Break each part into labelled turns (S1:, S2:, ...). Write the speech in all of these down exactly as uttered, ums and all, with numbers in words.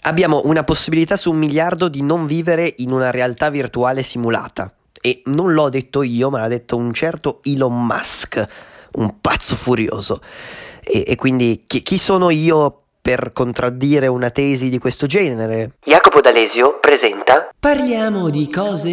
S1: Abbiamo una possibilità su un miliardo di non vivere in una realtà virtuale simulata. E non l'ho detto io, ma l'ha detto un certo Elon Musk, un pazzo furioso. E, e quindi chi, chi sono io per contraddire una tesi di questo genere? Jacopo D'Alesio presenta
S2: Parliamo di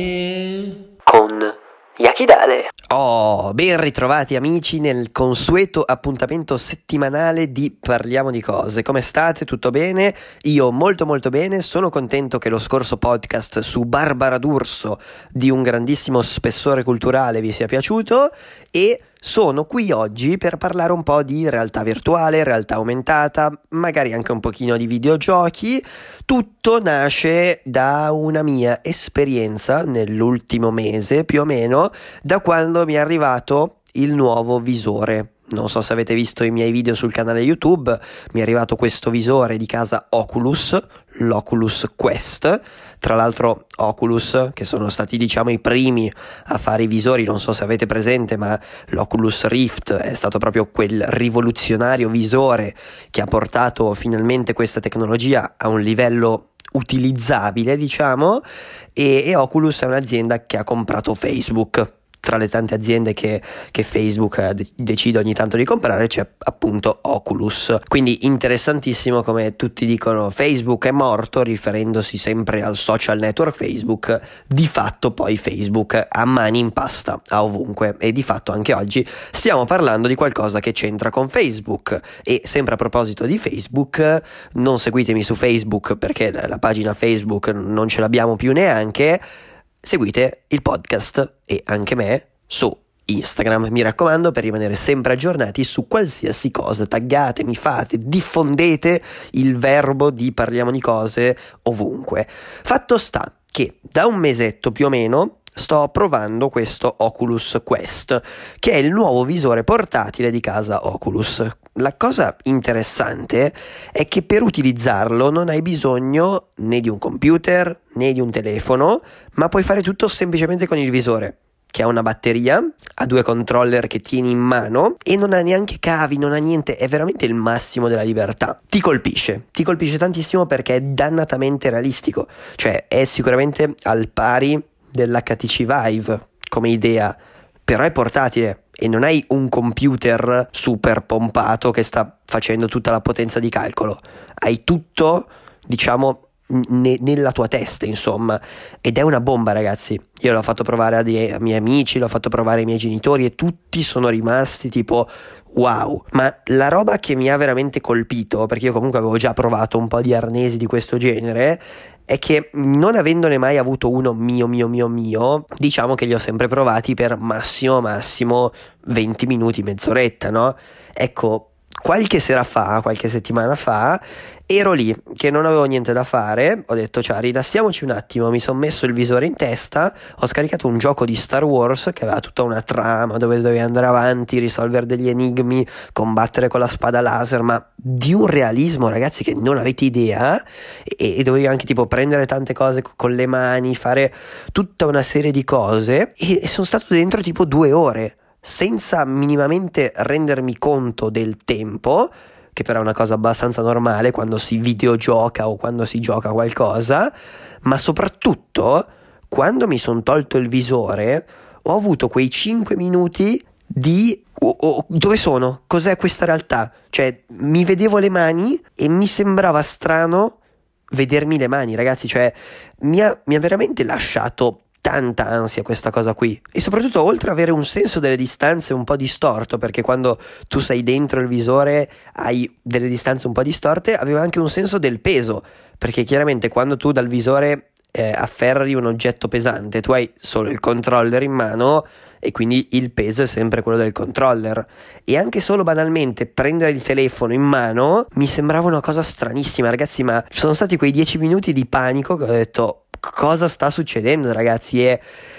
S2: cose
S1: con Yakidale. Oh, ben ritrovati amici nel consueto appuntamento settimanale di Parliamo di cose. Come state? Tutto bene? Io molto molto bene, sono contento che lo scorso podcast su Barbara D'Urso di un grandissimo spessore culturale vi sia piaciuto e sono qui oggi per parlare un po' di realtà virtuale, realtà aumentata, magari anche un pochino di videogiochi. Tutto nasce da una mia esperienza nell'ultimo mese, più o meno, da quando mi è arrivato il nuovo visore. Non so se avete visto i miei video sul canale YouTube, mi è arrivato questo visore di casa Oculus, l'Oculus Quest. Tra l'altro Oculus, che sono stati diciamo i primi a fare i visori, non so se avete presente, ma l'Oculus Rift è stato proprio quel rivoluzionario visore che ha portato finalmente questa tecnologia a un livello utilizzabile, diciamo, e, e Oculus è un'azienda che ha comprato Facebook. Tra le tante aziende che, che Facebook de- decide ogni tanto di comprare c'è appunto Oculus. Quindi interessantissimo come tutti dicono Facebook è morto, riferendosi sempre al social network Facebook. Di fatto poi Facebook ha mani in pasta a ovunque e di fatto anche oggi stiamo parlando di qualcosa che c'entra con Facebook. E sempre a proposito di Facebook, non seguitemi su Facebook perché la, la pagina Facebook non ce l'abbiamo più neanche. Seguite il podcast e anche me su Instagram, mi raccomando, per rimanere sempre aggiornati su qualsiasi cosa. Taggatemi, fate, diffondete il verbo di Parliamo di cose ovunque. Fatto sta che da un mesetto più o meno sto provando questo Oculus Quest, che è il nuovo visore portatile di casa Oculus. La cosa interessante è che per utilizzarlo non hai bisogno né di un computer né di un telefono, ma puoi fare tutto semplicemente con il visore, che ha una batteria, ha due controller che tieni in mano e non ha neanche cavi, non ha niente, è veramente il massimo della libertà. Ti colpisce, ti colpisce tantissimo perché è dannatamente realistico, cioè è sicuramente al pari dell'H T C Vive come idea, però è portatile e non hai un computer super pompato che sta facendo tutta la potenza di calcolo, hai tutto diciamo ne- nella tua testa, insomma, ed è una bomba, ragazzi. Io l'ho fatto provare a dei miei amici, l'ho fatto provare ai miei genitori e tutti sono rimasti tipo wow. Ma la roba che mi ha veramente colpito, perché io comunque avevo già provato un po' di arnesi di questo genere, è che non avendone mai avuto uno mio mio mio mio, diciamo che li ho sempre provati per massimo massimo venti minuti, mezz'oretta, no? Ecco, qualche sera fa, qualche settimana fa, ero lì che non avevo niente da fare, ho detto ciao, rilassiamoci un attimo, mi sono messo il visore in testa, ho scaricato un gioco di Star Wars che aveva tutta una trama dove dovevi andare avanti, risolvere degli enigmi, combattere con la spada laser, ma di un realismo, ragazzi, che non avete idea, e, e dovevi anche tipo prendere tante cose con le mani, fare tutta una serie di cose e, e sono stato dentro tipo due ore senza minimamente rendermi conto del tempo, che però è una cosa abbastanza normale quando si videogioca o quando si gioca qualcosa, ma soprattutto quando mi sono tolto il visore ho avuto quei cinque minuti di oh, oh, dove sono? Cos'è questa realtà? Cioè mi vedevo le mani e mi sembrava strano vedermi le mani, ragazzi, cioè mi ha, mi ha veramente lasciato tanta ansia questa cosa qui. E soprattutto, oltre ad avere un senso delle distanze un po' distorto, perché quando tu sei dentro il visore hai delle distanze un po' distorte, aveva anche un senso del peso, perché chiaramente quando tu dal visore eh, afferri un oggetto pesante, tu hai solo il controller in mano e quindi il peso è sempre quello del controller. E anche solo banalmente prendere il telefono in mano mi sembrava una cosa stranissima, ragazzi, ma ci sono stati quei dieci minuti di panico che ho detto cosa sta succedendo, ragazzi, e,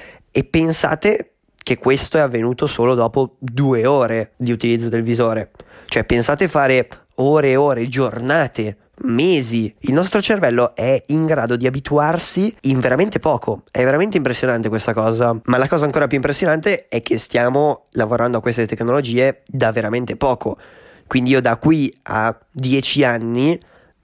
S1: e pensate che questo è avvenuto solo dopo due ore di utilizzo del visore. Cioè pensate fare ore e ore, giornate, mesi. Il nostro cervello è in grado di abituarsi in veramente poco. È veramente impressionante questa cosa. Ma la cosa ancora più impressionante è che stiamo lavorando a queste tecnologie da veramente poco. Quindi io da qui a dieci anni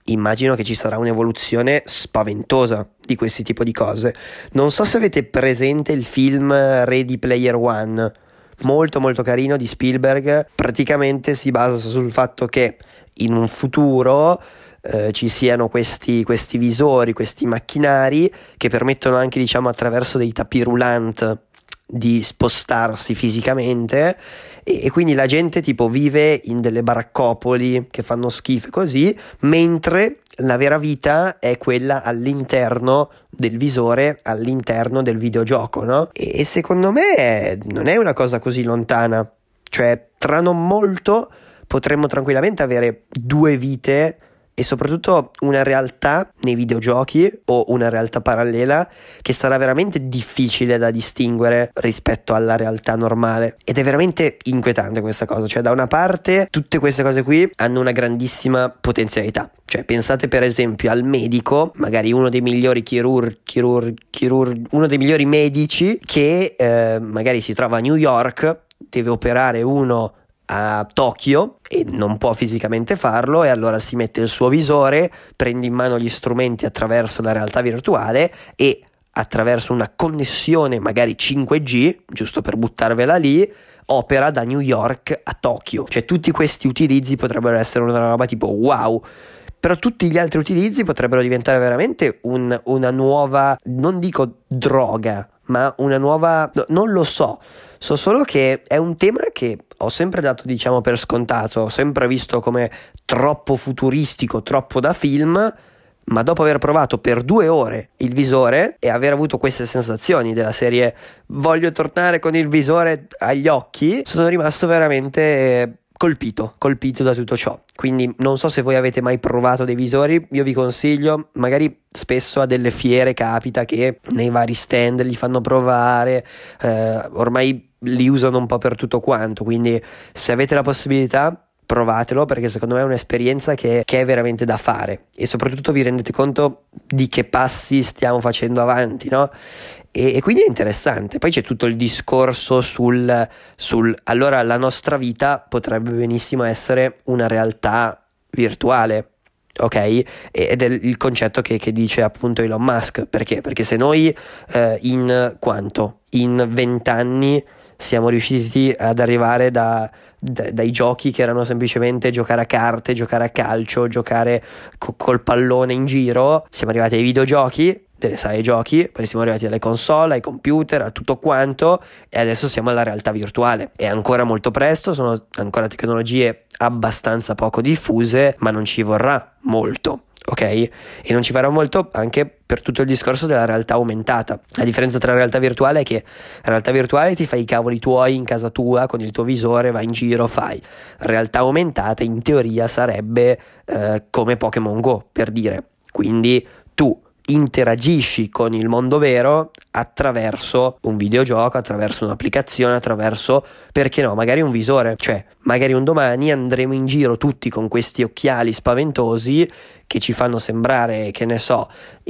S1: immagino che ci sarà un'evoluzione spaventosa di questi tipi di cose. Non so se avete presente il film Ready Player One, molto molto carino, di Spielberg. Praticamente si basa sul fatto che in un futuro eh, ci siano questi, questi visori, questi macchinari che permettono anche, diciamo, attraverso dei tapis roulant di spostarsi fisicamente, e, e quindi la gente tipo vive in delle baraccopoli che fanno schifo e così, mentre la vera vita è quella all'interno del visore, all'interno del videogioco, no? E, e secondo me non è una cosa così lontana, cioè tra non molto potremmo tranquillamente avere due vite e soprattutto una realtà nei videogiochi o una realtà parallela che sarà veramente difficile da distinguere rispetto alla realtà normale. Ed è veramente inquietante questa cosa, cioè da una parte tutte queste cose qui hanno una grandissima potenzialità, cioè pensate per esempio al medico, magari uno dei migliori chirurghi, chirur, chirur, uno dei migliori medici che eh, magari si trova a New York, deve operare uno a Tokyo e non può fisicamente farlo, e allora si mette il suo visore, prende in mano gli strumenti attraverso la realtà virtuale e attraverso una connessione magari cinque G, giusto per buttarvela lì, opera da New York a Tokyo. Cioè tutti questi utilizzi potrebbero essere una roba tipo wow, però tutti gli altri utilizzi potrebbero diventare veramente un, una nuova, non dico droga, ma una nuova, no, non lo so. So solo che è un tema che ho sempre dato, diciamo, per scontato, ho sempre visto come troppo futuristico, troppo da film, ma dopo aver provato per due ore il visore e aver avuto queste sensazioni della serie voglio tornare con il visore agli occhi, sono rimasto veramente colpito, colpito da tutto ciò. Quindi non so se voi avete mai provato dei visori, io vi consiglio, magari spesso a delle fiere capita che nei vari stand li fanno provare, eh, ormai li usano un po' per tutto quanto, quindi se avete la possibilità provatelo, perché secondo me è un'esperienza che, che è veramente da fare, e soprattutto vi rendete conto di che passi stiamo facendo avanti, no? E, e quindi è interessante. Poi c'è tutto il discorso sul, sul allora la nostra vita potrebbe benissimo essere una realtà virtuale, ok? Ed è il concetto che, che dice appunto Elon Musk. Perché? Perché se noi eh, in quanto? In vent'anni siamo riusciti ad arrivare da, da, dai giochi che erano semplicemente giocare a carte, giocare a calcio, giocare co- col pallone in giro, siamo arrivati ai videogiochi, delle sale giochi, poi siamo arrivati alle console, ai computer, a tutto quanto, e adesso siamo alla realtà virtuale. È ancora molto presto, sono ancora tecnologie abbastanza poco diffuse, ma non ci vorrà molto, ok? E non ci farà molto anche per tutto il discorso della realtà aumentata. La differenza tra realtà virtuale è che la realtà virtuale ti fai i cavoli tuoi in casa tua con il tuo visore, vai in giro, fai. Realtà aumentata in teoria sarebbe eh, come Pokémon Go, per dire. Quindi tu interagisci con il mondo vero attraverso un videogioco, attraverso un'applicazione, attraverso, perché no, magari un visore. Cioè magari un domani andremo in giro tutti con questi occhiali spaventosi che ci fanno sembrare, che ne so,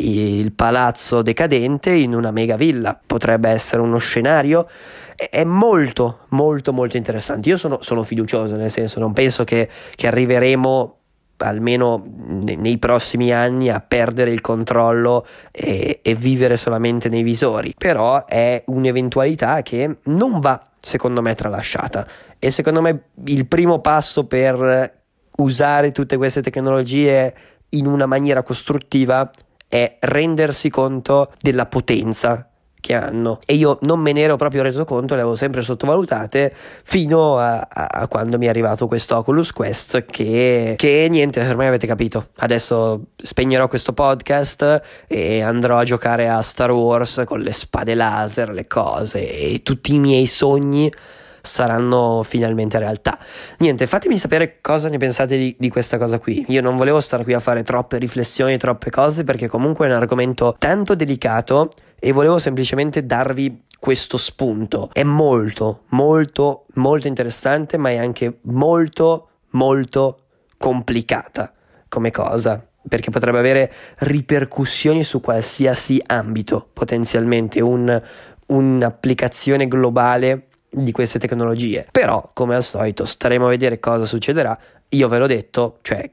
S1: il palazzo decadente in una mega villa. Potrebbe essere uno scenario. È molto molto molto interessante. Io sono, sono fiducioso, nel senso, non penso che, che arriveremo almeno nei prossimi anni a perdere il controllo e, e vivere solamente nei visori, però è un'eventualità che non va, secondo me, tralasciata. E secondo me il primo passo per usare tutte queste tecnologie in una maniera costruttiva è rendersi conto della potenza che hanno, e io non me ne ero proprio reso conto, le avevo sempre sottovalutate fino a, a, a quando mi è arrivato questo Oculus Quest che, che niente, ormai avete capito. Adesso spegnerò questo podcast e andrò a giocare a Star Wars con le spade laser, le cose, e tutti i miei sogni saranno finalmente realtà. Niente, fatemi sapere cosa ne pensate di, di questa cosa qui. Io non volevo stare qui a fare troppe riflessioni, troppe cose, perché comunque è un argomento tanto delicato e volevo semplicemente darvi questo spunto. È molto molto molto interessante, ma è anche molto molto complicata come cosa, perché potrebbe avere ripercussioni su qualsiasi ambito, potenzialmente un, un'applicazione globale di queste tecnologie. Però come al solito staremo a vedere cosa succederà. Io ve l'ho detto, cioè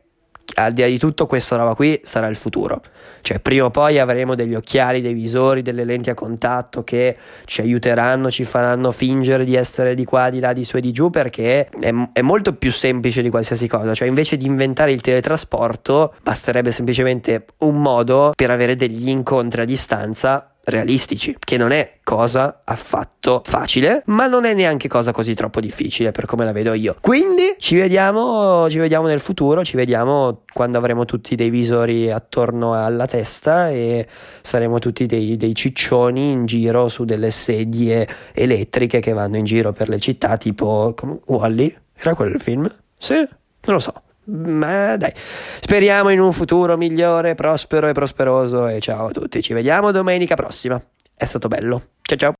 S1: al di là di tutto questa roba qui sarà il futuro, cioè prima o poi avremo degli occhiali, dei visori, delle lenti a contatto che ci aiuteranno, ci faranno fingere di essere di qua, di là, di su e di giù, perché è, è molto più semplice di qualsiasi cosa. Cioè invece di inventare il teletrasporto basterebbe semplicemente un modo per avere degli incontri a distanza realistici, che non è cosa affatto facile, ma non è neanche cosa così troppo difficile per come la vedo io. Quindi ci vediamo, ci vediamo nel futuro, ci vediamo quando avremo tutti dei visori attorno alla testa e saremo tutti dei, dei ciccioni in giro su delle sedie elettriche che vanno in giro per le città, tipo come, Wall-E? Era quello il film? Sì? Non lo so. Ma dai, speriamo in un futuro migliore, prospero e prosperoso, e ciao a tutti, ci vediamo domenica prossima. È stato bello. Ciao ciao.